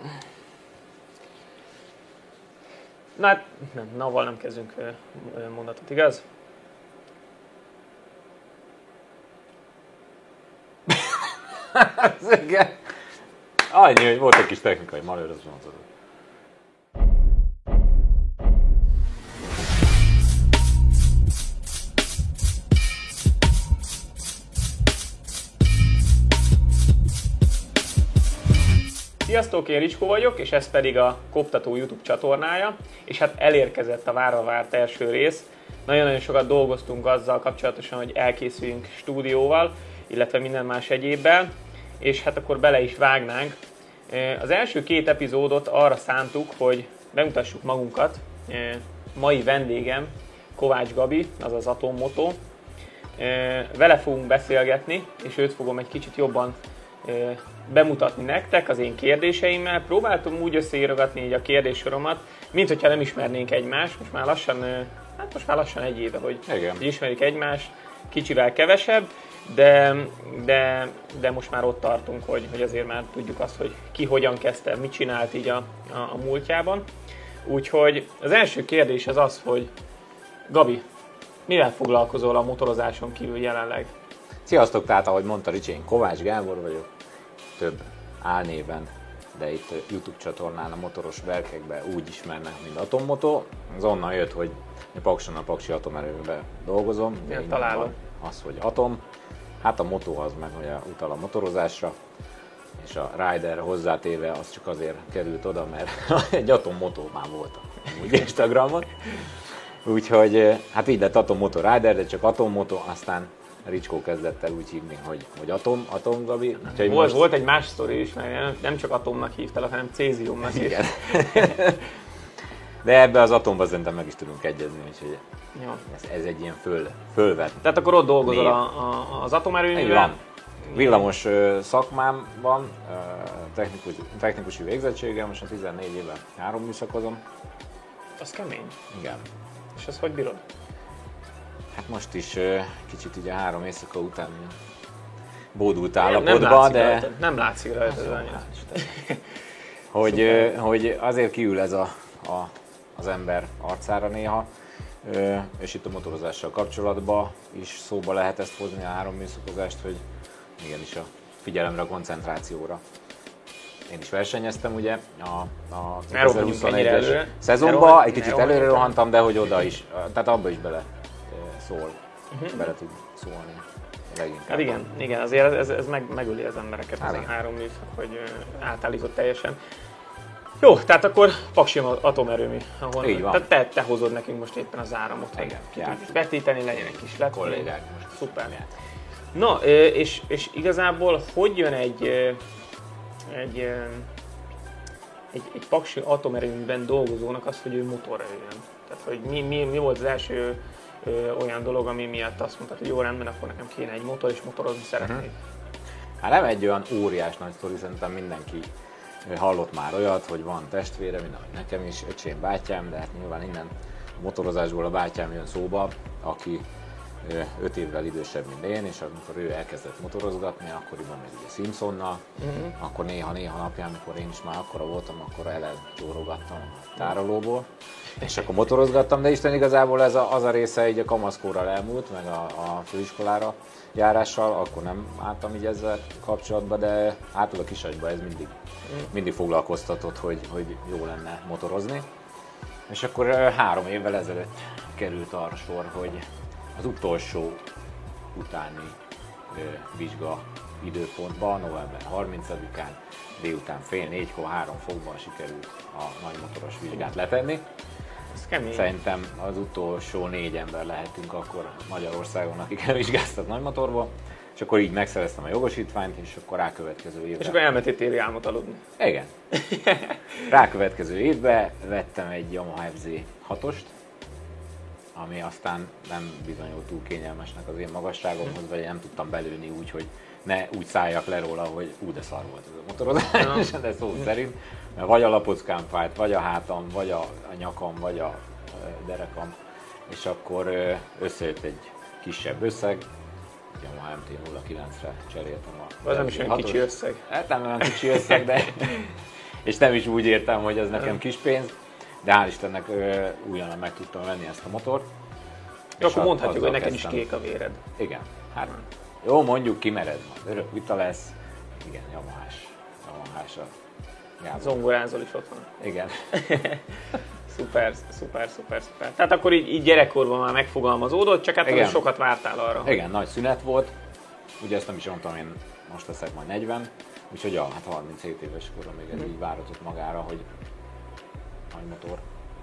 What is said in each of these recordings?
Na hát, avval nem kezdünk mondatot, igaz? Annyi, hogy volt egy kis technikai malőr, az mondhatod. Sziasztok, én Ricskó vagyok, és ez pedig a Koptató YouTube csatornája, és hát elérkezett a várva várt első rész. Nagyon-nagyon sokat dolgoztunk azzal kapcsolatosan, hogy elkészüljünk stúdióval, illetve minden más egyébbel, és hát akkor bele is vágnánk. Az első két epizódot arra szántuk, hogy bemutassuk magunkat. Mai vendégem Kovács Gabi, azaz Atommoto. Vele fogunk beszélgetni, és őt fogom egy kicsit jobban bemutatni nektek az én kérdéseimmel. Próbáltam úgy összeírogatni így a kérdéssoromat, mint hogyha nem ismernénk egymást. Most már lassan egy éve, hogy ismerik egymást, kicsivel kevesebb, de most már ott tartunk, hogy azért már tudjuk azt, hogy ki hogyan kezdte, mit csinált így a múltjában. Úgyhogy az első kérdés az, hogy Gabi, mivel foglalkozol a motorozáson kívül jelenleg? Sziasztok, tehát ahogy mondta Ricsi, én Kovács Gábor vagyok, több álnéven, de itt YouTube csatornán a motoros verkekben úgy ismernek, mint Atommoto. Az onnan jött, hogy Pakson a Paksi atomerőműben dolgozom. Találom. Az, hogy atom, hát a motó az meg ugye utal a motorozásra, és a Rider hozzátéve az csak azért került oda, mert egy Atommotó már volt úgy Instagramon. Úgyhogy hát így lett Atommoto Rider, de csak Atommoto, aztán Ricskó kezdett el úgy hívni, hogy Atom Gabi. Volt egy más sztori is, mert nem csak Atomnak hívtalak, hanem Céziumnak is. Igen. De ebbe az Atomba szerintem meg is tudunk egyezni, úgyhogy ez egy ilyen fölvett. Tehát akkor ott dolgozol az atomerőművel? Villamos szakmám van, technikusi végzettségem, most 14 éve 3 műszakozom. Az kemény. Igen. És ezt hogy bírod? Hát most is kicsit ugye 3 éjszaka után bódult állapotban, de... Nem látszik rajta. Hogy azért kiül ez az ember arcára néha, és itt a motorozással kapcsolatban is szóba lehet ezt hozni, a 3 műszakozást, hogy igenis a figyelemre, a koncentrációra. Én is versenyeztem ugye a 2021-es szezonban, egy kicsit előre rohantam, de hogy oda is, tehát abba is bele szól, bele tud szólni leginkább. Hát igen, azért ez megöli az embereket, ez a 3 műszak, hogy átállított teljesen. Jó, tehát akkor Paksi atomerőmű, ahol tehát te hozod nekünk most éppen az áramot, hogy tudjuk vetíteni, legyen egy kis lett. Kollégák most. Szuper. Na, és igazából hogy jön egy Paksi atomerőműben dolgozónak az, hogy ő motorra jön? Tehát, hogy mi volt az első olyan dolog, ami miatt azt mondtad, hogy jó, rendben, akkor nekem kéne egy motor, és motorozni szeretnék? Hát nem egy olyan óriás nagy sztori, szerintem mindenki hallott már olyat, hogy van testvére, mint ahogy nekem is, öcsém, bátyám, de hát nyilván innen a motorozásból a bátyám jön szóba, aki 5 évvel idősebb, mint én, és amikor ő elkezdett motorozgatni, akkoriban még ugye Simpsonnal, akkor néha napján, amikor én is már akkora voltam, akkor elcsórogattam a tárolóból, és akkor motorozgattam, de Isten igazából ez az a része így a kamaszkorral elmúlt, meg a főiskolára járással, akkor nem álltam így ezzel kapcsolatban, de átad a kisagyba ez mindig foglalkoztatott, hogy jó lenne motorozni. És akkor 3 évvel ezelőtt került arra sor, hogy az utolsó utáni vizsga időpontban, november 30-án délután fél 4-kor 3 fokban sikerült a nagymotoros vizsgát letenni. Ez kemény. Szerintem az utolsó 4 ember lehetünk akkor Magyarországon, akik elvizsgáztak nagymotorból. És akkor így megszereztem a jogosítványt, és akkor rákövetkező évben... És akkor elmentél téli álmot aludni. Igen. Rákövetkező évben vettem egy Yamaha FZ 6-ost, ami aztán nem bizonyult túl kényelmesnek az én magasságomhoz, vagy nem tudtam belőni úgy, hogy ne úgy szálljak le róla, hogy de szar volt ez a motorozás, de szó szerint. Mert vagy a lapockám fájt, vagy a hátam, vagy a nyakam, vagy a derekam, és akkor összejött egy kisebb összeg, Yamaha MT-09-re cseréltem az nem is olyan kicsi összeg. Hát nem olyan kicsi összeg, de és nem is úgy értem, hogy ez nekem kis pénz, de hál' Istennek újonnan meg tudtam venni ezt a motort. Jó, akkor mondhatjuk, hogy neked is kék a véred. Igen, hát jó, mondjuk kimered, örök vita lesz. Igen, Yamahás a Zongorázol is ott van. Igen. Szuper. Tehát akkor így gyerekkorban már megfogalmazódott, csak hát igen. Sokat vártál arra. Igen, nagy szünet volt. Ugye ezt nem is mondtam, én most leszek majd 40, úgyhogy hát 37 éves koron még ez így váratott magára, hogy nagy motor.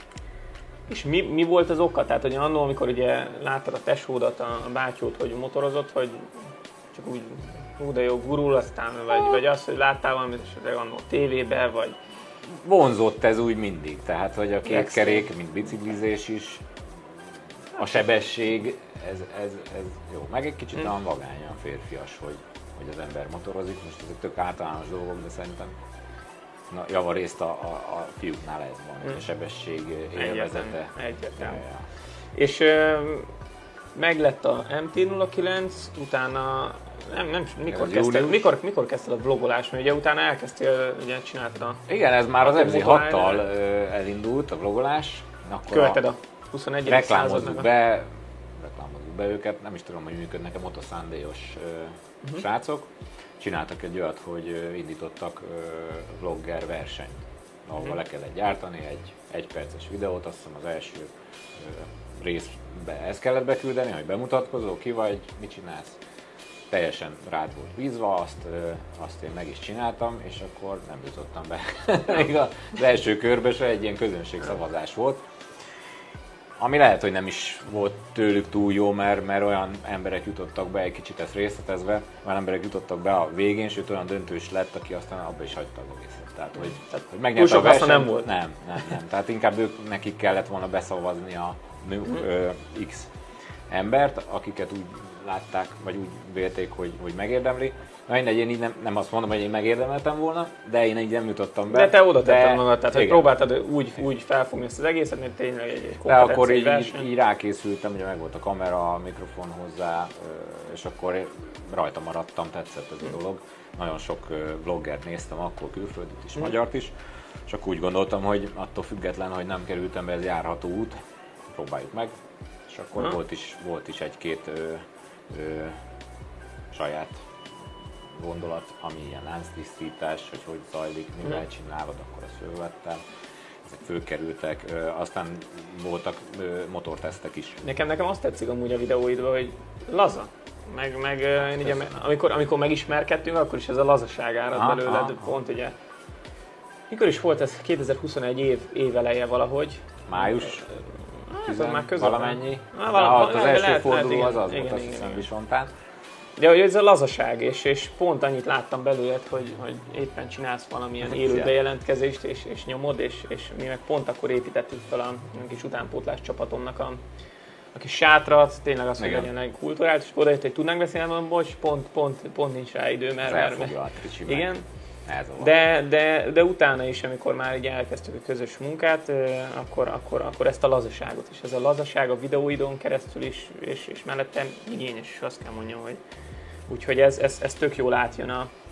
És mi volt az oka? Tehát, hogy annól, amikor ugye láttad a tesódat, a bátyót, hogy motorozott, hogy csak úgy de jó gurul, aztán, vagy az, hogy láttál valamit esetleg annól tévébe, vagy... Vonzott ez úgy mindig, tehát hogy a két kerék, mint biciklizés is, a sebesség, ez jó. Meg egy kicsit olyan vagányan férfias, hogy az ember motorozik, most ezek tök általános dolgok, de szerintem javarészt a fiúknál ez van, a sebesség élvezete. Egyértelmű. Ja. És meglett a MT-09, utána mikor kezdted a vlogolást? Mert ugye utána elkezdtél, ugye csináltad a... Igen, ez már az MZ6-tal elindult a vlogolás. Követed a 21. Reklámozzuk be őket, nem is tudom, hogy működnek a Motosunday-os srácok. Csináltak egy olyat, hogy indítottak vlogger versenyt, ahol le kellett gyártani egy perces videót, azt hiszem az első részbe ezt kellett beküldeni, hogy bemutatkozol, ki vagy, mit csinálsz. Teljesen rád volt bízva, azt én meg is csináltam, és akkor nem jutottam be. Még az első körbe se egy ilyen közönségszavazás volt. Ami lehet, hogy nem is volt tőlük túl jó, mert olyan emberek jutottak be, egy kicsit ezt részletezve, olyan emberek jutottak be a végén, sőt olyan döntős lett, aki aztán abba is hagyta az egészet. Tehát, hogy megnyerte a versenyt, nem volt. Nem. Tehát inkább nekik kellett volna beszavazni a X embert, akiket úgy látták, vagy úgy vélték, hogy megérdemli. Na mindegy, én így nem azt mondom, hogy én megérdemeltem volna, de én így nem jutottam be. De te oda tetted magad, tehát hogy próbáltad úgy felfogni ezt az egészet, mint tényleg egy de akkor így rákészültem, ugye meg volt a kamera, a mikrofon hozzá, és akkor rajta maradtam, tetszett ez a dolog. Nagyon sok vloggert néztem akkor, külföldit is, magyart is, és akkor úgy gondoltam, hogy attól független, hogy nem kerültem be, ez járható út, próbáljuk meg. És akkor volt is egy-két saját gondolat, ami ilyen lánctisztítás, hogy zajlik, mivel csinálod, akkor ezt fölvettem. Ezek fölkerültek, aztán voltak motortesztek is. Nekem azt tetszik amúgy a videóidban, hogy laza. Meg én ugye, amikor megismerkedtünk, akkor is ez a lazaság árad belőled, pont ugye. Mikor is volt ez? 2021 év eleje valahogy. Május. Már közben. Valamennyi. Az első forduló az volt, azt hiszem Visontán. De hogy ez a lazaság, és pont annyit láttam belőled, hogy éppen csinálsz valamilyen élő bejelentkezést, és nyomod, és mi meg pont akkor építettük fel a kis utánpótlás csapatomnak a kis sátrat, tényleg az, hogy legyen egy kulturált, és odajött, hogy tudnánk beszélni, mondom, bocs, pont nincs rá idő, mert igen. De utána is, amikor már így elkezdtük a közös munkát, akkor ezt a lazaságot is. Ez a lazaság a videóidón keresztül is, és mellette igényes is, azt kell mondjam, hogy úgyhogy ez tök jól átjön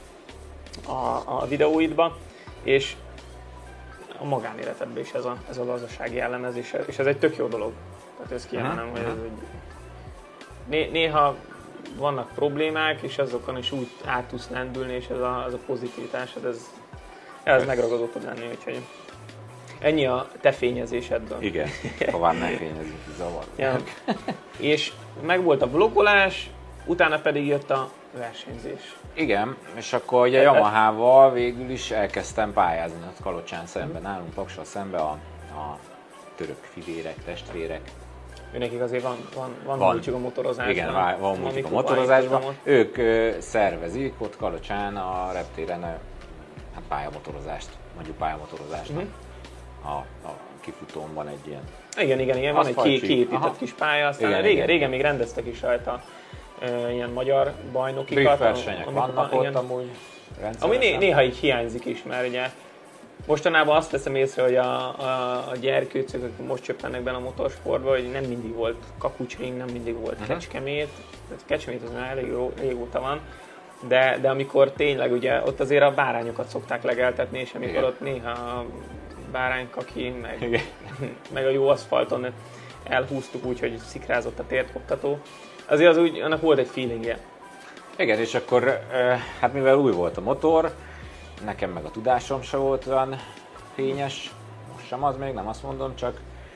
a videóidba, és a magánéletedben is ez a lazaság jellemez, és ez egy tök jó dolog. Tehát ezt kiemelem, hogy ez egy... Néha vannak problémák, és azokon is úgy át tudsz lendülni, és ez a pozitivitás, ez megragadó tud lenni, úgyhogy ennyi a te fényezésedből. Igen, tovább ne fényezünk, zavar. Ja. És megvolt a vlogolás, utána pedig jött a versenyzés. Igen, és akkor ugye Yamahával végül is elkezdtem pályázni ott Kalocsán szemben, nálunk Paksal szemben a török fivérek, testvérek. Őnekik azért van múltjuk a motorozásban. Igen, van múltjuk a motorozásban. Ők szervezik ott Kalocsán a reptéren hát pályamotorozást, mondjuk pályamotorozást. A kifutón van egy ilyen. Igen, van egy kiépített kis pálya, aztán régen még rendeztek is rajta ilyen magyar bajnokikat. Drift versenyek vannak ott amúgy. Ami néha így hiányzik is, mert ugye mostanában azt veszem észre, hogy a gyerkőcök, akik most csöppennek bele a motorsportba, hogy nem mindig volt Kakucsring, nem mindig volt Kecskemét. Tehát Kecskemét az már elég régóta van. de amikor tényleg ugye ott azért a bárányokat szokták legeltetni, és amikor igen. ott néha a báránykaki, meg a jó aszfalton elhúztuk úgy, hogy szikrázott a térkoptató, azért az úgy, annak volt egy feelingje. Igen, és akkor hát mivel új volt a motor, nekem meg a tudásom se volt olyan fényes, most sem az még, nem azt mondom, csak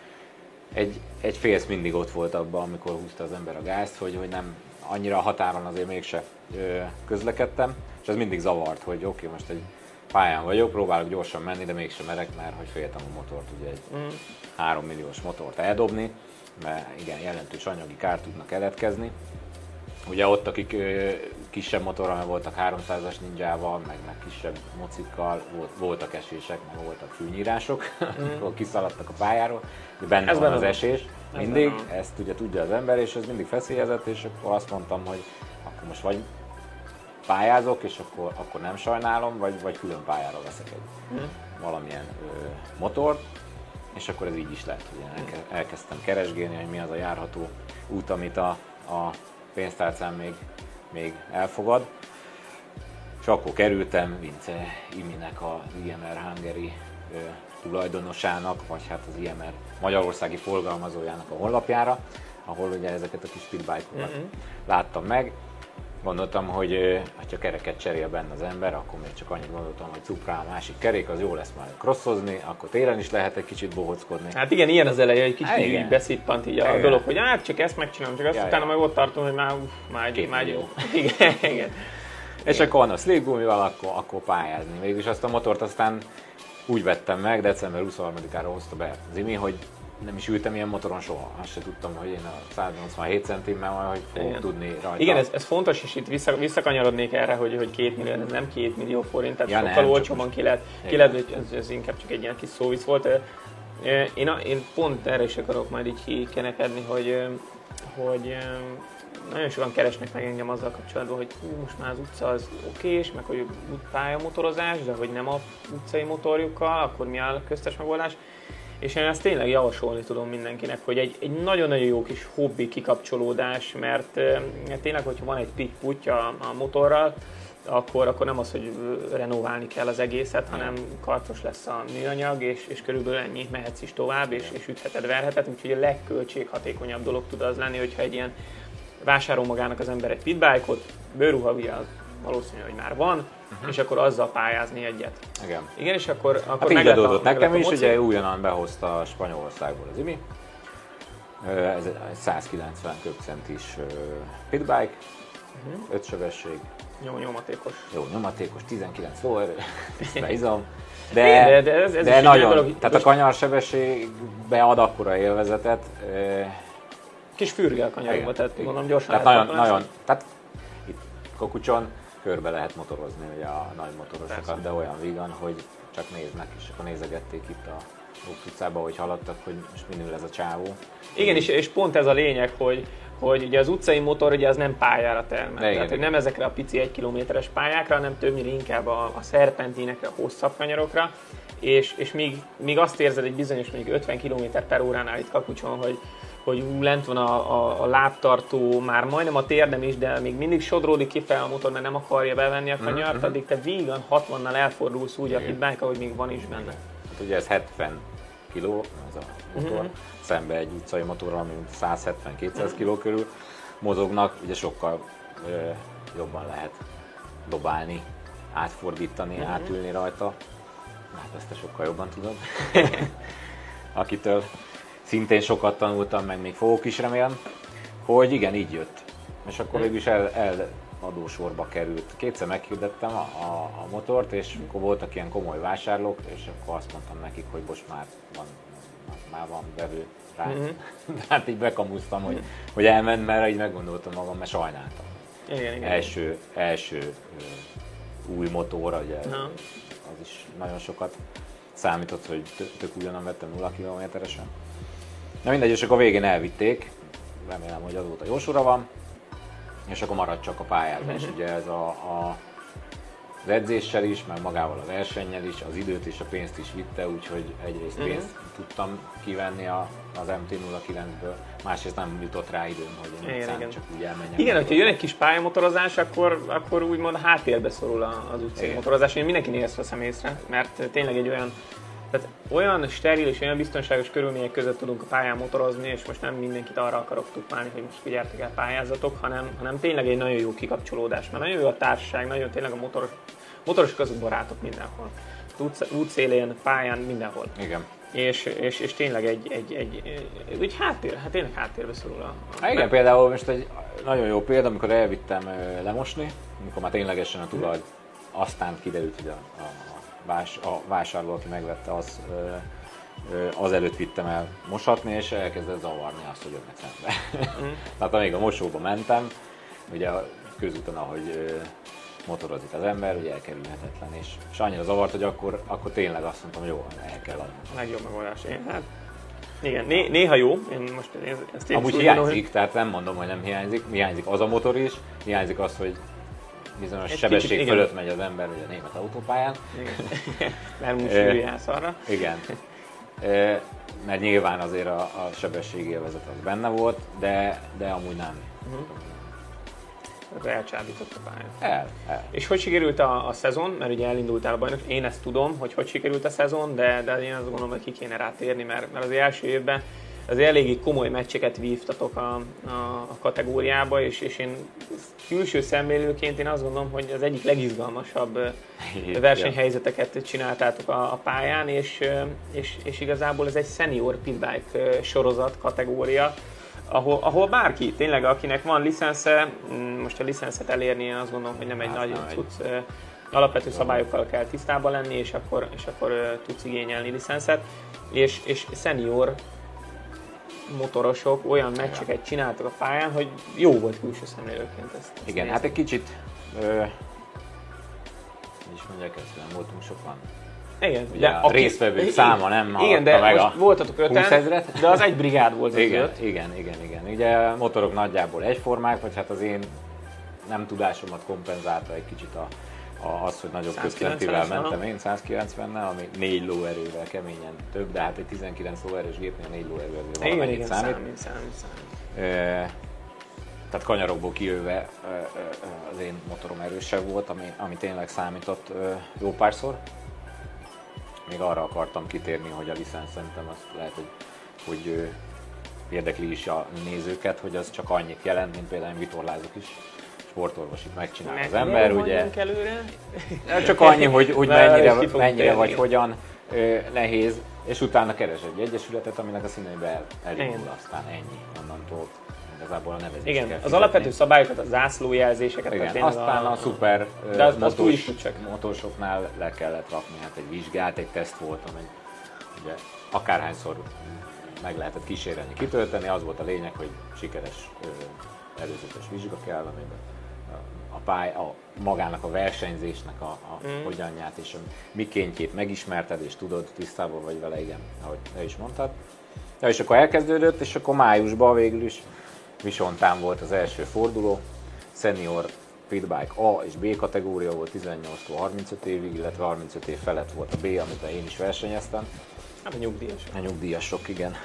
egy félsz mindig ott volt abban, amikor húzta az ember a gázt, hogy nem annyira a határon azért mégse közlekedtem, és ez mindig zavart, hogy oké, most egy pályán vagyok, próbálok gyorsan menni, de mégsem merek, mert hogy féltem a motort, ugye egy 3 milliós motort eldobni, mert igen, jelentős anyagi kárt tudnak keletkezni. Ugye ott, akik kisebb motorral voltak 300-as ninjával, meg kisebb mocikkal, voltak esések, meg voltak fűnyírások, akkor kiszaladtak a pályáról, de benne van az esés, mindig, ezt ugye tudja az ember, és ez mindig feszélyezett, és akkor azt mondtam, hogy akkor most vagy pályázok, és akkor nem sajnálom, vagy külön pályára veszek egy valamilyen motort, és akkor ez így is lett, ugye elkezdtem keresgélni, hogy mi az a járható út, amit a pénztárcám még elfogad. És akkor kerültem Vince Iminek, az IMR Hungary tulajdonosának, vagy hát az IMR magyarországi forgalmazójának a honlapjára, ahol ugye ezeket a kis pitbike-okat láttam meg. Gondoltam, hogy ha kereket cserél benne az ember, akkor még csak annyit gondoltam, hogy cuprá a másik kerék, az jó lesz majd crossozni, akkor télen is lehet egy kicsit bohóckodni. Hát igen, ilyen az eleje, egy kicsit így beszippant így a dolog, hogy hát csak ezt megcsinálom, csak azt utána meg ott tartom, hogy már jó. Igen. És akkor van a slipgumival, akkor pályázni. Végülis azt a motort aztán úgy vettem meg, december 23-ára hozta be az Imi, hogy nem is ültem ilyen motoron soha. Azt se tudtam, hogy én a 187 centimmel majd, hogy fogok tudni rajta. Igen, ez fontos, és itt visszakanyarodnék erre, hogy 2 millió, ez nem 2 millió forint, tehát ja, sokkal olcsóban ki lehet, ez inkább csak egy ilyen kis szóvic volt. Én pont erre is akarok majd így kikenekedni, hogy nagyon sokan keresnek meg engem azzal kapcsolatban, hogy most már az utca az okés, meg hogy pályamotorozás, de hogy nem a utcai motorjukkal, akkor mi a köztes megoldás. És én ezt tényleg javasolni tudom mindenkinek, hogy egy nagyon-nagyon jó kis hobbi kikapcsolódás, mert tényleg, hogyha van egy pitty-putty a motorral, akkor nem az, hogy renoválni kell az egészet, hanem karcos lesz a műanyag, és körülbelül ennyi, mehetsz is tovább, és ütheted, verheted, úgyhogy a legköltséghatékonyabb dolog tud az lenni, hogyha egy ilyen vásárol magának az ember egy pitbike-ot, bőrruhavia valószínű, hogy már van, és akkor azzal pályázni egyet. Igen, és akkor hát így adódott nekem is, ugye újonnan behozta Spanyolországból az Imi. Ez egy 190 köbcentis pitbike, 5 sebesség. Jó nyomatékos, 19 lóerő, tiszta izom. De ez nagyon, dolog, tehát a kanyarsebességbe ad akkora élvezetet. Kis fürge a kanyarba, tehát mondom gyorsan. Tehát nagyon, tehát itt Kokucson körbe lehet motorozni ugye a nagy motorosokat, de olyan vígan, hogy csak néznek, és akkor nézegették itt a Lókz utcában, hogy haladtak, hogy most minül ez a csávó. Igen, és pont ez a lényeg, hogy ugye az utcai motor ugye az nem pályára termel. Tehát, hogy nem ezekre a pici 1 kilométeres pályákra, hanem többnyire inkább a szerpentinekre, a hosszabb kanyarokra, és míg azt érzed egy bizonyos mondjuk 50 km/h itt Kakucson, hogy lent van a lábtartó, már majdnem a térdem is, de még mindig sodródik kifelé a motor, mert nem akarja bevenni a kanyart, addig te vígan 60-nal elfordulsz úgy a pitbike, ahogy még van is benne. Hát ugye ez 70 kg, ez a motor, szembe egy utcai motorral, ami 170-200 kg körül mozognak, ugye sokkal jobban lehet dobálni, átfordítani, átülni rajta. Hát ezt te sokkal jobban tudod. Akitől szintén sokat tanultam, meg még fogok is, remélem, hogy igen, így jött. És akkor végül is eladósorba került. Kétszer meghirdettem a motort, és akkor voltak ilyen komoly vásárlók, és akkor azt mondtam nekik, hogy most már van vevő rá. De hát így bekamusztam, hogy elment, mert így meggondoltam magam, mert sajnáltam. Igen. Első új motor, ugye az is nagyon sokat számított, hogy tök ugyanan vettem 0 km-esen. Na mindegy, és akkor a végén elvitték, remélem, hogy azóta jó sora van, és akkor maradt csak a pályázás. Ugye ez a az edzéssel is, meg magával a versennyel is, az időt és a pénzt is vitte, úgyhogy egyrészt pénzt tudtam kivenni az MT-09-ből, másrészt nem jutott rá időm, hogy én csak úgy elmenjek. Igen, hogyha jön egy kis pályamotorozás, akkor úgymond háttérbe szorul az utcai motorozás. Én mindenkinél ezt veszem észre, mert tényleg egy olyan steril és olyan biztonságos körülmények között tudunk a pályán motorozni, és most nem mindenkit arra akarok tukmálni, hogy most figyeltek el pályázatok, hanem tényleg egy nagyon jó kikapcsolódás, mert nagyon jó a társaság, nagyon tényleg a motorosok azok barátok mindenhol. Útszélén, pályán, mindenhol. Igen. És tényleg egy háttér, hát tényleg háttérbe szorul igen, például most egy nagyon jó példa, amikor elvittem lemosni, amikor már ténylegesen a tulaj, aztán kiderült, hogy a vásárló, aki megvette, az előtt vittem el mosatni, és elkezdett zavarni azt, hogy jönnek szembe. Tehát amíg a mosóba mentem, ugye a közúton, ahogy motorozik az ember, ugye elkerülhetetlen, és annyira zavart, hogy akkor tényleg azt mondtam, hogy jó, el kell adni. A legjobb megoldás. Hát, igen, néha jó. Ezt én amúgy hiányzik, tehát nem mondom, hogy nem hiányzik az a motor is, hiányzik az, hogy bizonyos sebesség kicsit, fölött megy az ember ugye a német autópályán. Mert most jársz arra. Igen. Mert nyilván azért a sebességélvezet az benne volt, de amúgy nem. Elcsábított a pályán. El. És hogy sikerült a szezon? Mert ugye elindultál a bajnok. Én ezt tudom, hogy sikerült a szezon, de én azt gondolom, hogy ki kéne rátérni, mert az első évben azért eléggé komoly meccseket vívtatok a kategóriába, és én külső szemlélőként én azt gondolom, hogy az egyik legizgalmasabb versenyhelyzeteket csináltátok a pályán, és igazából ez egy senior pitbike sorozat kategória, ahol bárki, tényleg akinek van licensze, most a licenszet elérni, azt gondolom, hogy nem egy nagy cucc, alapvető szabályokkal kell tisztában lenni, és akkor tudsz igényelni licenszet, és senior motorosok olyan meccseket csináltak a pályán, hogy jó volt külső szemlélőként ezt. Igen, hát egy kicsit, is mondják, ezt nem voltunk sokan. Igen, ugye a résztvevők száma nem haladta meg a voltatok 5-en, de az egy brigád volt az öt. Igen. Ugye motorok nagyjából egyformák, vagy hát az én nem tudásomat kompenzálta egy kicsit az, hogy nagyobb központivel mentem én 190-nel, ami 4 lóerővel keményen több, de hát egy 19 lóerős gépnél 4 lóerő azért valamennyit számít. Tehát kanyarokból kijöve az én motorom erősebb volt, ami tényleg számított jó párszor. Még arra akartam kitérni, hogy a licensz szerintem azt lehet, hogy érdekli is a nézőket, hogy az csak annyit jelent, mint például vitorlázok is. Sportorvosit megcsinál az ember, ugye? Csak annyi, hogy mennyire vagy hogyan nehéz, és utána keres egy egyesületet, aminek a színeibe elindul, aztán ennyi, onnantól igazából a nevezést igen, kell az alapvető szabályokat, a zászlójelzéseket. Igen, aztán a szuper motorsoknál le kellett rakni hát egy vizsgát, egy teszt volt, amely ugye akárhányszor meg lehetett kísérelni, kitölteni, az volt a lényeg, hogy sikeres előzetes vizsga kell, amiben magának a versenyzésnek a hogyanját és a mikéntjét megismerted és tudod, tisztában vagy vele, igen, ahogy te is mondtad. Ja, és akkor elkezdődött, és akkor májusban végül is Visontán volt az első forduló, senior pitbike A és B kategória volt 18-tól 35 évig, illetve 35 év felett volt a B, amit én is versenyeztem. Hát a nyugdíjasok. A nyugdíjasok, igen.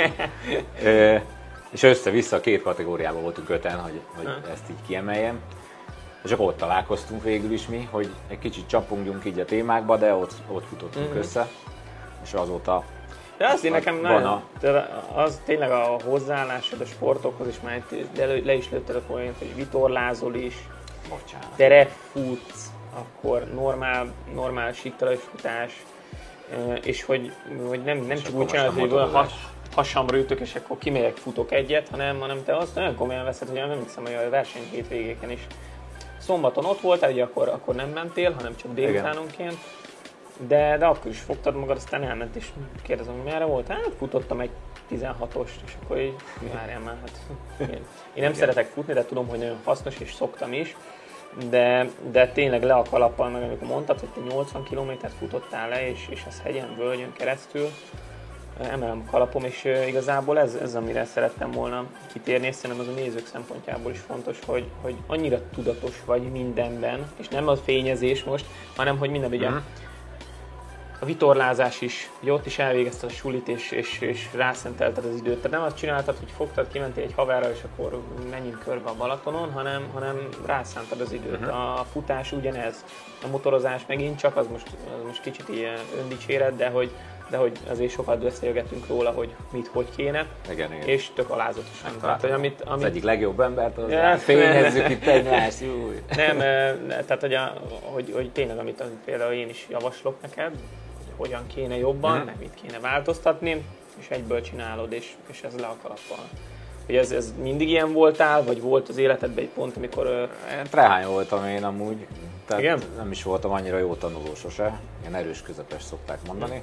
És össze-vissza a két kategóriában voltunk 5-en, hogy ezt így kiemeljem. És akkor ott találkoztunk végül is mi, hogy egy kicsit csapungjunk így a témákba, de ott futottunk össze, és azóta... De azért nekem nagyon, az tényleg a hozzáállásod a sportokhoz is már le is lőtted a poént, hogy vitorlázol is, terepfutsz, akkor normál síktalajos futás, és hogy nem csak úgy csinálod, hogy olyan hasamra ütök, és akkor kimegyek, futok egyet, hanem te azt nagyon komolyan veszed, hogy nem emlékszem, hogy a verseny hétvégéken is. Szombaton ott voltál, ugye akkor nem mentél, hanem csak délutánonként, de akkor is fogtad magad, aztán elment, és kérdezem, hogy merre volt? Hát futottam egy 16-ost, és akkor így várjál már, hát én nem szeretek futni, de tudom, hogy nagyon hasznos, és szoktam is, de tényleg le a kalappal, meg amikor mondtad, hogy te 80 kilométert futottál le, és az hegyen, völgyön keresztül, emelem a kalapom, és igazából ez amire szerettem volna kitérni, és szerintem az a nézők szempontjából is fontos, hogy annyira tudatos vagy mindenben, és nem a fényezés most, hanem hogy minden ugye a vitorlázás is, hogy ott is elvégezted a sulit, és rászentelted az időt. Tehát nem azt csináltad, hogy fogtad, kimentél egy haverral, és akkor menjünk körbe a Balatonon, hanem rászántad az időt. A futás ugyanez, a motorozás megint csak, az most kicsit ilyen öndicséret, de hogy azért sokat beszélgetünk róla, hogy mit, hogy kéne, igen. És tök alázatosan. Tehát, hogy az egyik legjobb embert, az fényezzük itt egymást, júj. Nem, tehát hogy tényleg, amit például én is javaslok neked, hogy hogyan kéne jobban, meg mit kéne változtatni, és egyből csinálod, és ez le a kalappal. Hogy ez mindig ilyen voltál, vagy volt az életedben egy pont, amikor... Trehány voltam én amúgy, tehát igen? Nem is voltam annyira jó tanuló sose, ilyen erős közepes szokták mondani.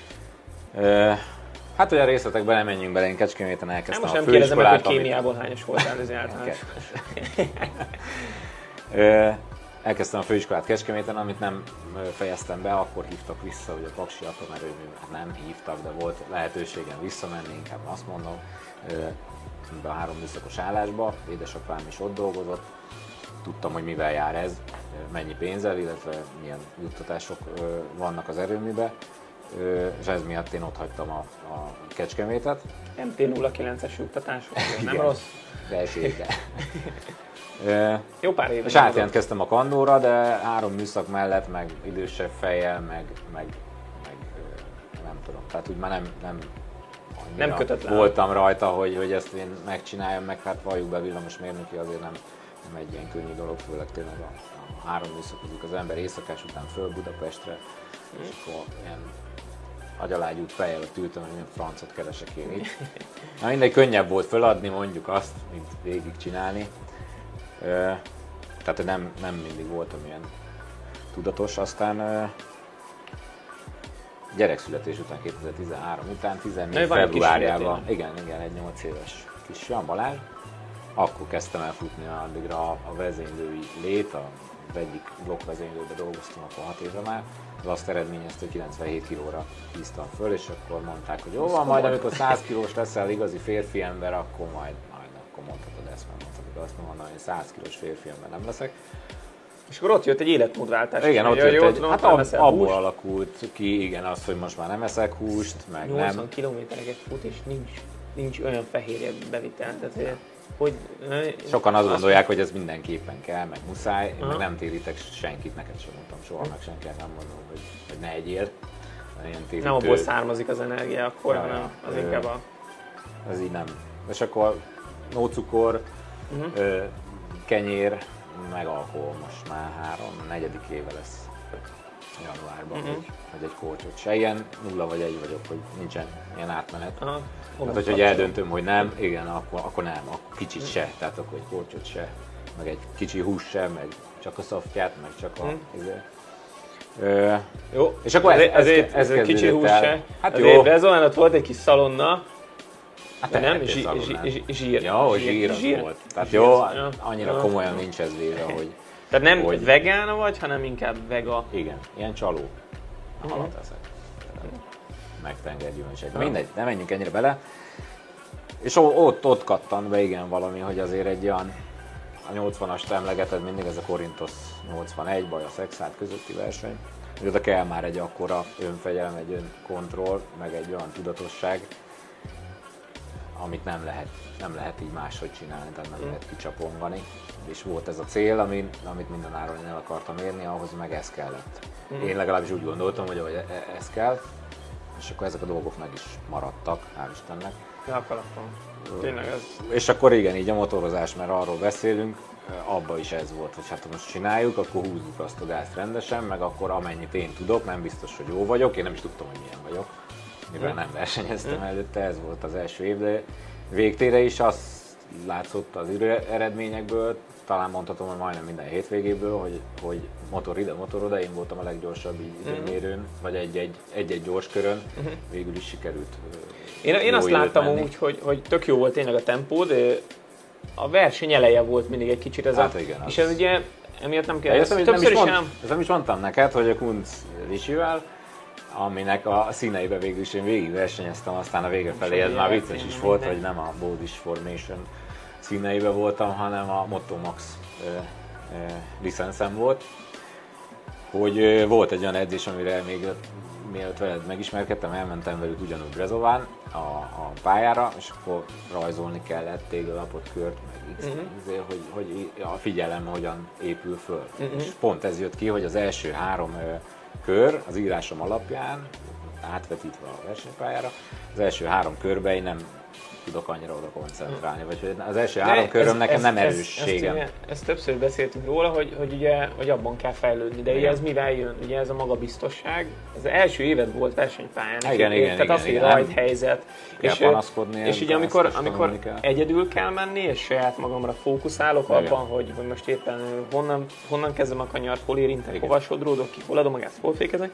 Hát olyan részletekben nem menjünk bele, én Kecskeméten elkezdtem most a nem kérdezem meg, hogy főiskolát. kémiából hányos voltál, ez általános. Elkezdtem a főiskolát Kecskeméten, amit nem fejeztem be, akkor hívtak vissza, hogy a Paksi atomerőműben nem hívtak, de volt lehetőségem visszamenni, inkább azt mondom, a 3 műszakos állásba, édesapám is ott dolgozott, tudtam, hogy mivel jár ez, mennyi pénzzel, illetve milyen juttatások vannak az erőműben, és ez miatt én ott hagytam a Kecskemétet. MT-09-es juttatások, nem rossz? De esélyke. Jó pár éve. És átjelentkeztem a Kandóra, de 3 műszak mellett, meg idősebb fejjel, meg nem tudom, tehát úgy már nem kötetlen voltam rajta, hogy ezt én megcsináljam, meg hát valljuk be, villamosmérnöki azért nem egy ilyen könnyű dolog, főleg tényleg a 3 műszakozik az ember éjszakás után föl Budapestre, és akkor ilyen agyalágyút fejjel ültem, hogy milyen francot keresek én itt. Na mindegy, könnyebb volt feladni, mondjuk azt, mint végig csinálni. Tehát nem mindig voltam ilyen tudatos, aztán gyerekszületés után, 2013 után, 14 februárjában, igen, egy 8 éves kis Jan Balázs, akkor kezdtem el futni addigra a vezénylői lét, az egyik blokkvezénylőben dolgoztam, akkor 6 éve már, az azt eredményezte, hogy 97 kilóra híztam föl, és akkor mondták, hogy jó van, majd amikor 100 kilós leszel igazi férfi ember, akkor majd akkor mondhatod ezt, mert mondhatod azt, mondom, hogy 100 kilós férfi ember nem leszek. És akkor ott jött egy életmódváltás. Igen, ott jött hát abból alakult ki, igen, az, hogy most már nem eszek húst, meg 80 nem. kilométereket fut, és nincs olyan fehérje bevitel, tehát hogy... Sokan azt gondolják, hogy ez mindenképpen kell, meg muszáj, én meg nem térítek senkit, neked sem mondtam soha, meg senkinek nem mondom, hogy ne egyél. Nem abból származik az energia akkor, hanem az inkább a... Ez így nem. És akkor no cukor, kenyér, meg alkohol most már 3-4. éve lesz januárban, hogy egy korcsot se. Ilyen 0 vagy 1 vagyok, hogy nincsen ilyen átmenet. Tehát, hogy eldöntöm, hogy nem, igen, akkor nem, akkor kicsit se, tehát akkor egy korcsot se, meg egy kicsi hús se, meg csak a szaftját, meg csak a... Jó, és akkor ez kicsi hús se, hát azért Bezolán volt egy kis szalonna, hát nem? Zsír. Ja, zsír volt. Tehát jó, annyira komolyan nincs ez véve, hogy... Tehát nem vegán vagy, hanem inkább vega. Igen, ilyen csaló. Halat eszek. Meg tengergyümölcsöt. Mindegy, nem menjünk ennyire bele. És ott kattant be igen valami, hogy azért egy olyan, a 80-ast emlegeted mindig, ez a Korintos 81, baj a Szexárd közötti verseny. Hogy oda kell már egy akkora önfegyelem, egy önkontroll, meg egy olyan tudatosság, amit nem lehet így máshogy csinálni, tehát nem lehet kicsapongani. És volt ez a cél, amit mindenáron én el akartam érni, ahhoz meg ez kellett. Én legalábbis úgy gondoltam, hogy ez kell, és akkor ezek a dolgok meg is maradtak, hál' Istennek. Tényleg ez. És akkor igen, így a motorozás, mert arról beszélünk, abba is ez volt, hogy hát ha most csináljuk, akkor húzzuk azt a gázt rendesen, meg akkor amennyit én tudok, nem biztos, hogy jó vagyok, én nem is tudtam, hogy milyen vagyok, mivel nem versenyeztem előtte, ez volt az első év, de végtére is azt látszott az eredményekből, talán mondhatom, hogy majdnem minden hétvégéből, hogy motor ide, motor oda, én voltam a leggyorsabb időmérőn, vagy egy-egy gyors körön, végül is sikerült. Én azt láttam úgy, hogy tök jó volt tényleg a tempód, a verseny eleje volt mindig egy kicsit ez hát igen, és ez ugye emiatt nem kell. Ezt nem is mondtam neked, hogy a Kunc Ricsivel aminek a színeibe végül is én végig versenyeztem, aztán a vége felé ez már vicces is volt, hogy nem a Bowdish Formation színeibe voltam, hanem a Motomax licenszem volt. Hogy volt egy olyan edzés, amire még mielőtt veled megismerkedtem, elmentem velük ugyanúgy Brezován a pályára, és akkor rajzolni kellett téglalapot, kört, meg hogy a figyelem hogyan épül föl. És pont ez jött ki, hogy az első 3 kör az írásom alapján, átvetítve a versenypályára, az első 3 körben én nem tudok annyira oda koncentrálni, vagy az első 3 köröm nekem nem erősségem. Ezt többször beszéltünk róla, hogy abban kell fejlődni, de ez mivel jön? Ugye ez a magabiztosság, az első éved volt versenypályán, igen, tehát az, hogy rajthelyzet, és ugye amikor egyedül kell menni, és saját magamra fókuszálok abban, hogy most éppen honnan kezdem a kanyart, hol érintek, hova sodródok ki, hol adom a gázt, hol fékezek.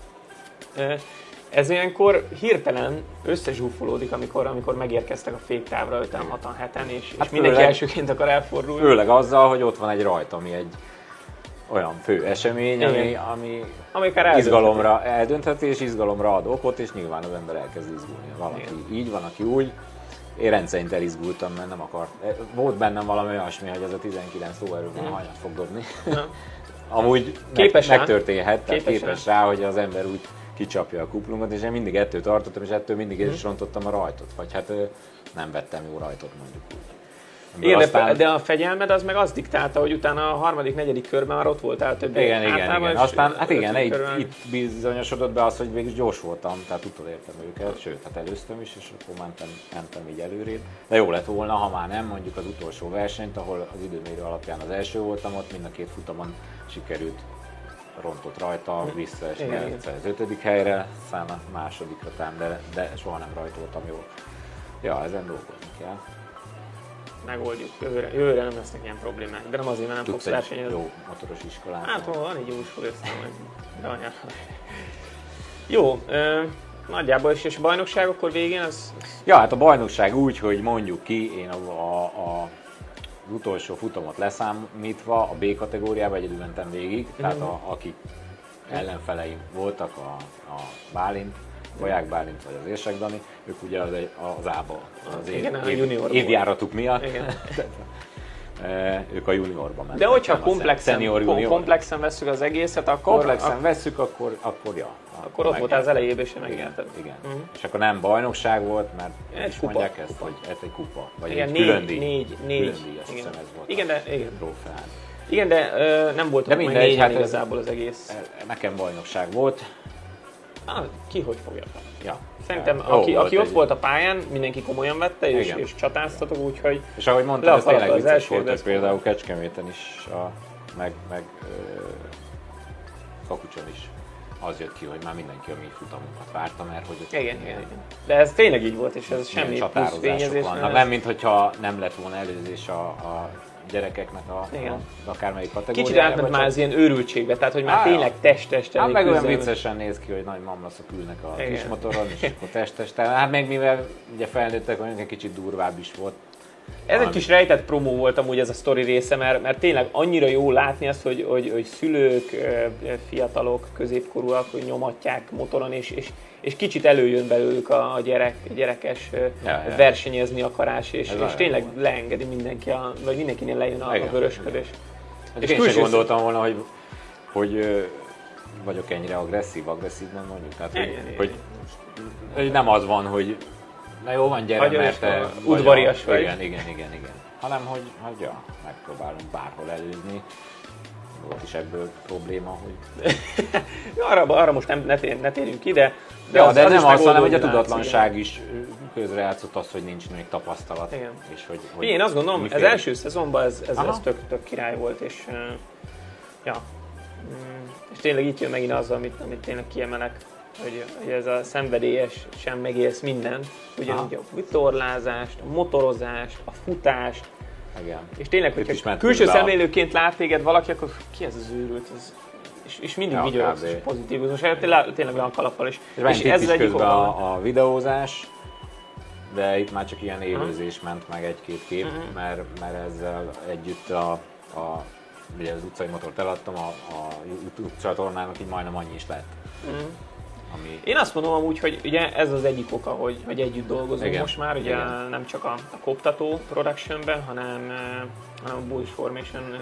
Ez ilyenkor hirtelen összezsúfolódik, amikor megérkeztek a féktávra 5-en, 6-an, 7-en, és mindenki elsőként akar elfordulni. Főleg azzal, hogy ott van egy rajt, ami egy olyan fő esemény, ami izgalomra eldöntheti, és izgalomra ad okot, és nyilván az ember elkezd izgulni. Valaki így van, aki úgy. Én rendszerint elizgultam, mert nem akart. Volt bennem valami olyasmi, hogy ez a 19 lóerő már hanyat fog dobni. Amúgy megtörténhet, tehát képes rá, hogy az ember úgy kicsapja a kuplunkat, és én mindig ettől tartottam, és ettől mindig is rontottam a rajtot. Vagy hát nem vettem jó rajtot, mondjuk úgy. Igen, aztán... de a fegyelmed az meg azt diktálta, hogy utána a 3.-4. körben már ott voltál többé. Igen. Aztán, hát igen, itt bizonyosodott be az, hogy végül gyors voltam, tehát utolértem őket, sőt, hát előztem is, és akkor mentem így előrébb. De jó lett volna, ha már nem, mondjuk az utolsó versenyt, ahol az időmérő alapján az első voltam, ott mind a 2 futamon sikerült rontott rajta, visszaesni az 5. helyre, aztán a másodikra tám, de soha nem rajtoltam jól. Ja, ezen dolgozni kell. Megoldjuk, jövőre nem lesznek ilyen problémák, de nem azért, mert nem fogsz versenyezni. Jó motoros iskolát. Hát van egy jó iskola, aztán jó, nagyjából és a bajnokság akkor végén az... Ja, hát a bajnokság úgy, hogy mondjuk ki, én az utolsó futamot leszámítva a B kategóriába egyedül mentem végig, tehát akik ellenfeleim voltak, a Bálint, Baják Bálint vagy az Érsek Dani, ők ugye az A-ba, az évjáratuk miatt, ők a juniorba mentek. De hogyha komplexen vesszük az egészet, akkor ja. Akkor ott voltál az elejében, és megnyerted. Igen. És akkor nem bajnokság volt, mert is mondják ezt, hogy ez egy kupa, vagy igen, egy külön díj. Négy. Azt hiszem ez volt igen, a trófeán. Igen, de nem volt ott majd 4 igazából az egész. Nekem bajnokság volt. Ki hogy fogja? Ja. Szerintem aki ott volt a pályán, mindenki komolyan vette, és csatáztatok, úgyhogy... És ahogy mondtad, ez tényleg vicces volt, ez például Kecskeméten is, meg Kakucson is. Az jött ki, hogy már mindenki a mi futamunkat várta, mert hogy... Igen. De ez tényleg így volt, és ez semmi plusz fényezés. Nem, mintha nem lett volna előzés a gyerekeknek akármelyik kategóriájában. Kicsit átment már az ilyen őrültségbe, tehát hogy már tényleg test-test elég meg olyan viccesen néz ki, hogy nagy mamlaszok ülnek a kismotoron, és akkor test-test. Hát még mivel ugye felnőttek, olyan egy kicsit durvább is volt. Ez egy kis rejtett promó volt amúgy ez a sztori része, mert tényleg annyira jó látni azt, hogy szülők, fiatalok, középkorúak hogy nyomatják motoron, és kicsit előjön belőlük a gyerekes versenyezni akarás, és tényleg leengedi vagy mindenkinél lejön a vörösködés. És én sem gondoltam volna, hogy vagyok ennyire agresszív nem mondjuk. Tehát, hogy nem az van, hogy na jó van, gyere, mert te udvarias vagy. Igen. Hanem, hogy megpróbálunk bárhol előzni. Volt is ebből probléma, hogy... arra most ne térjünk ki, de nem az, hanem hogy a tudatlanság is közrejátszott az, hogy nincs még tapasztalat. Igen. És hogy én azt gondolom, az első szezonban ez tök király volt, és és tényleg itt jön megint az, amit tényleg kiemelek, hogy ez a szenvedélyes, sem megélsz mindent, ugyanúgy a vitorlázást, a motorozást, a futást, igen. És tényleg, hogyha külső szemlélőként lát téged valaki, akkor ki ez az őrült? És mindig vigyorogsz, és pozitívus. Tényleg olyan kalappal is. És ez egyik közben a videózás, de itt már csak ilyen élőzés ment meg egy-két kép, mert ezzel együtt ugye az utcai motort eladtam, a YouTube csatornának így majdnem annyi is lett. ami... Én azt mondom amúgy, hogy ugye ez az egyik oka, hogy együtt dolgozunk Igen. most már, ugye Igen. nem csak a Koptató Productionben, hanem a Bullish Formation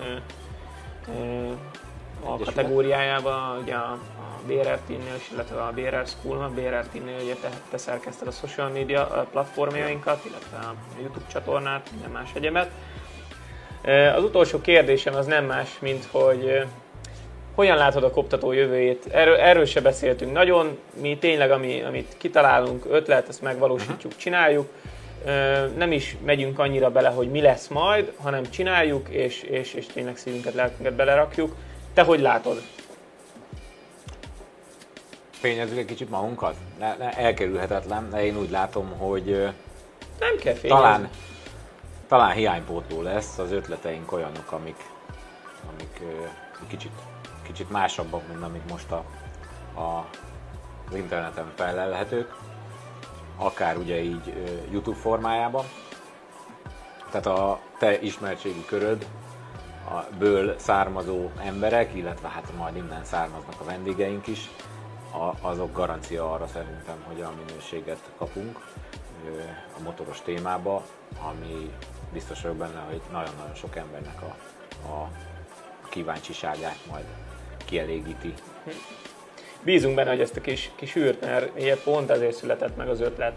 a kategóriájában, ugye a BRR Team-nél is, illetve a BRR School-nál. A BRR Team-nél ugye te szerkeszted a social media platformjainkat, illetve a YouTube csatornát, minden más egyebet. Az utolsó kérdésem az nem más, mint hogy hogyan látod a Koptató jövőjét? Erről se beszéltünk nagyon, mi tényleg amit kitalálunk, ötlet, ezt megvalósítjuk, csináljuk. Nem is megyünk annyira bele, hogy mi lesz majd, hanem csináljuk, és tényleg szívünket, lelkünket belerakjuk. Te hogy látod? Fényezzük egy kicsit magunkat? Elkerülhetetlen, de én úgy látom, hogy Nem kell fényezni. talán hiánypótló lesz, az ötleteink olyanok, amik kicsit másabbak, mint amik most az interneten felelhetők, akár ugye így YouTube formájában. Tehát a te ismertségi köröd, ből származó emberek, illetve hát majd innen származnak a vendégeink is, azok garancia arra szerintem, hogy olyan minőséget kapunk a motoros témába, ami biztos vagyok benne, hogy nagyon-nagyon sok embernek a kíváncsiságát majd kielégíti. Bízunk benne, hogy ezt a kis űrt, mert ugye pont ezért született meg az ötlet,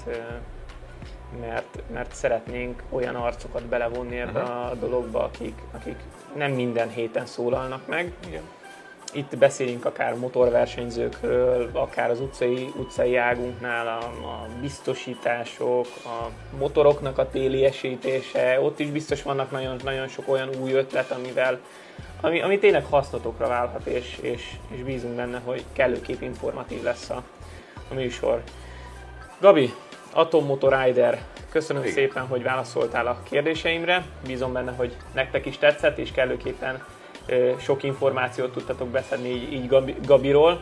mert szeretnénk olyan arcokat belevonni ebbe a dologba, akik nem minden héten szólalnak meg. Igen. Itt beszélünk akár motorversenyzőkről, akár az utcai águnknál a biztosítások, a motoroknak a téli esítése, ott is biztos vannak nagyon sok olyan új ötlet, ami tényleg hasznotokra válhat, és bízunk benne, hogy kellőképp informatív lesz a műsor. Gabi, Atommotor Rider, köszönöm szépen, hogy válaszoltál a kérdéseimre. Bízom benne, hogy nektek is tetszett, és kellőképpen sok információt tudtatok beszedni így Gabiról.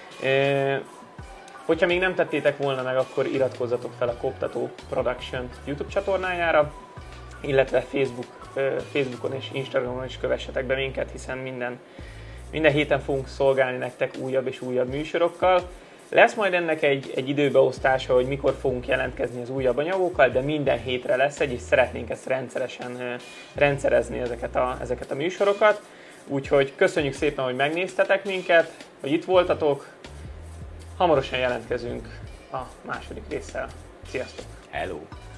Hogyha még nem tettétek volna meg, akkor iratkozzatok fel a Koptató Production YouTube csatornájára, illetve Facebookon és Instagramon is kövessetek be minket, hiszen minden héten fogunk szolgálni nektek újabb és újabb műsorokkal. Lesz majd ennek egy időbeosztása, hogy mikor fogunk jelentkezni az újabb anyagokkal, de minden hétre lesz és szeretnénk ezt rendszerezni ezeket a műsorokat. Úgyhogy köszönjük szépen, hogy megnéztetek minket, hogy itt voltatok. Hamarosan jelentkezünk a második résszel. Sziasztok! Hello!